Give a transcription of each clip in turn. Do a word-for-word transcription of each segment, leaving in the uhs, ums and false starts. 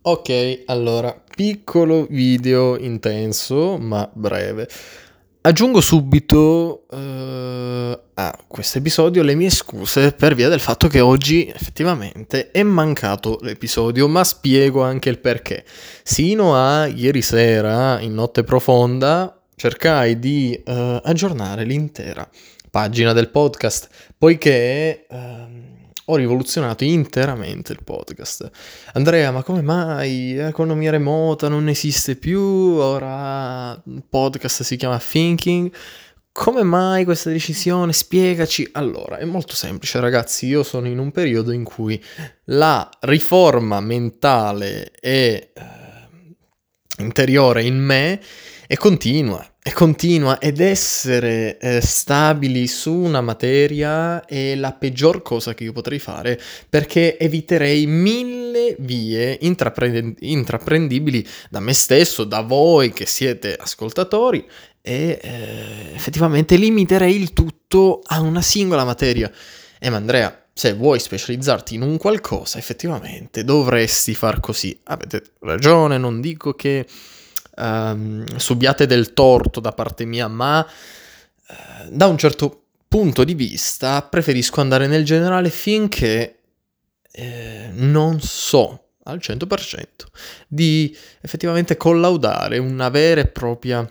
Ok, allora, piccolo video intenso, ma breve. Aggiungo subito eh, a questo episodio le mie scuse per via del fatto che oggi effettivamente è mancato l'episodio, ma spiego anche il perché. Sino a ieri sera, in notte profonda, cercai di eh, aggiornare l'intera pagina del podcast, poiché ehm, ho rivoluzionato interamente il podcast. Andrea, ma come mai? Economia remota non esiste più, ora il podcast si chiama Thinking. Come mai questa decisione? Spiegaci. Allora, è molto semplice, ragazzi. Io sono in un periodo in cui la riforma mentale e eh, interiore in me è continua. È continua ed essere eh, stabili su una materia è la peggior cosa che io potrei fare, perché eviterei mille vie intraprend- intraprendibili da me stesso, da voi che siete ascoltatori, e eh, effettivamente limiterei il tutto a una singola materia. E ma Andrea, se vuoi specializzarti in un qualcosa, effettivamente dovresti far così. Avete ragione, non dico che ehm, subiate del torto da parte mia, ma eh, da un certo punto di vista preferisco andare nel generale finché eh, non so al cento per cento di effettivamente collaudare una vera e propria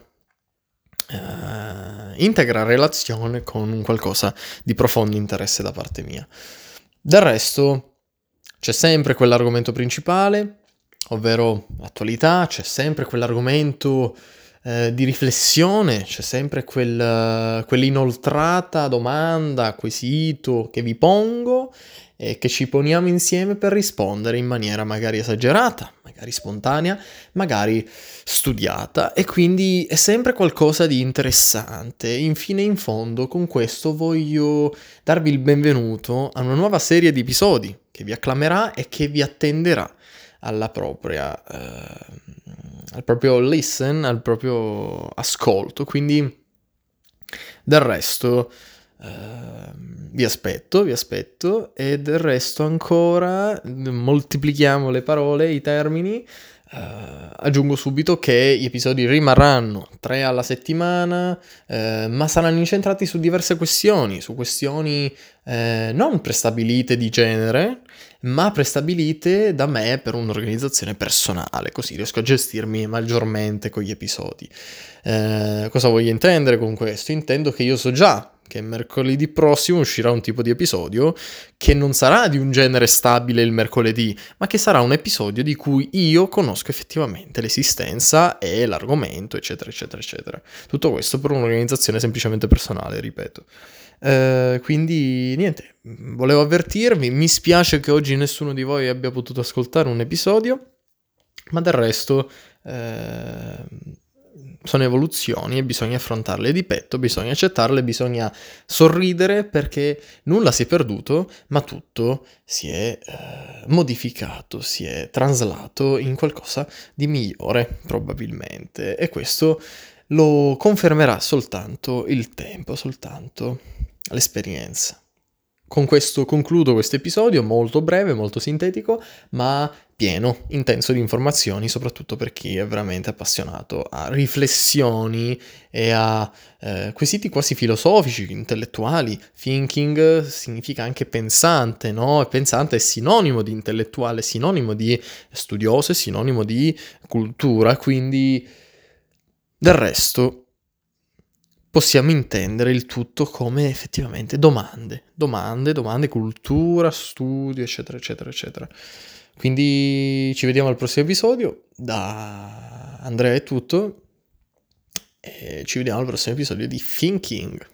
eh, integra relazione con un qualcosa di profondo interesse da parte mia. Del resto c'è sempre quell'argomento principale, ovvero l'attualità, c'è sempre quell'argomento eh, di riflessione, c'è sempre quel, quell'inoltrata domanda, quesito che vi pongo e che ci poniamo insieme per rispondere in maniera magari esagerata, magari spontanea, magari studiata, e quindi è sempre qualcosa di interessante. Infine, in fondo, con questo voglio darvi il benvenuto a una nuova serie di episodi che vi acclamerà e che vi attenderà alla propria, eh, al proprio listen, al proprio ascolto. Quindi, del resto, eh, vi aspetto, vi aspetto, e del resto ancora moltiplichiamo le parole, i termini. Uh, aggiungo subito che gli episodi rimarranno tre alla settimana, eh, ma saranno incentrati su diverse questioni, su questioni eh, non prestabilite di genere, ma prestabilite da me per un'organizzazione personale, così riesco a gestirmi maggiormente con gli episodi. Eh, cosa voglio intendere con questo? Intendo che io so già che mercoledì prossimo uscirà un tipo di episodio che non sarà di un genere stabile il mercoledì, ma che sarà un episodio di cui io conosco effettivamente l'esistenza e l'argomento, eccetera, eccetera, eccetera. Tutto questo per un'organizzazione semplicemente personale, ripeto. Uh, quindi niente, volevo avvertirvi, mi spiace che oggi nessuno di voi abbia potuto ascoltare un episodio, ma del resto uh, sono evoluzioni e bisogna affrontarle di petto, bisogna accettarle, bisogna sorridere, perché nulla si è perduto, ma tutto si è uh, modificato, si è traslato in qualcosa di migliore probabilmente, e questo lo confermerà soltanto il tempo, soltanto l'esperienza. Con questo concludo questo episodio molto breve, molto sintetico, ma pieno, intenso di informazioni, soprattutto per chi è veramente appassionato a riflessioni e a eh, quesiti quasi filosofici, intellettuali. Thinking significa anche pensante, no? E pensante è sinonimo di intellettuale, sinonimo di studioso, è sinonimo di cultura, quindi del resto possiamo intendere il tutto come effettivamente domande, domande, domande, cultura, studio, eccetera, eccetera, eccetera. Quindi ci vediamo al prossimo episodio. Da Andrea è tutto, e ci vediamo al prossimo episodio di Thinking.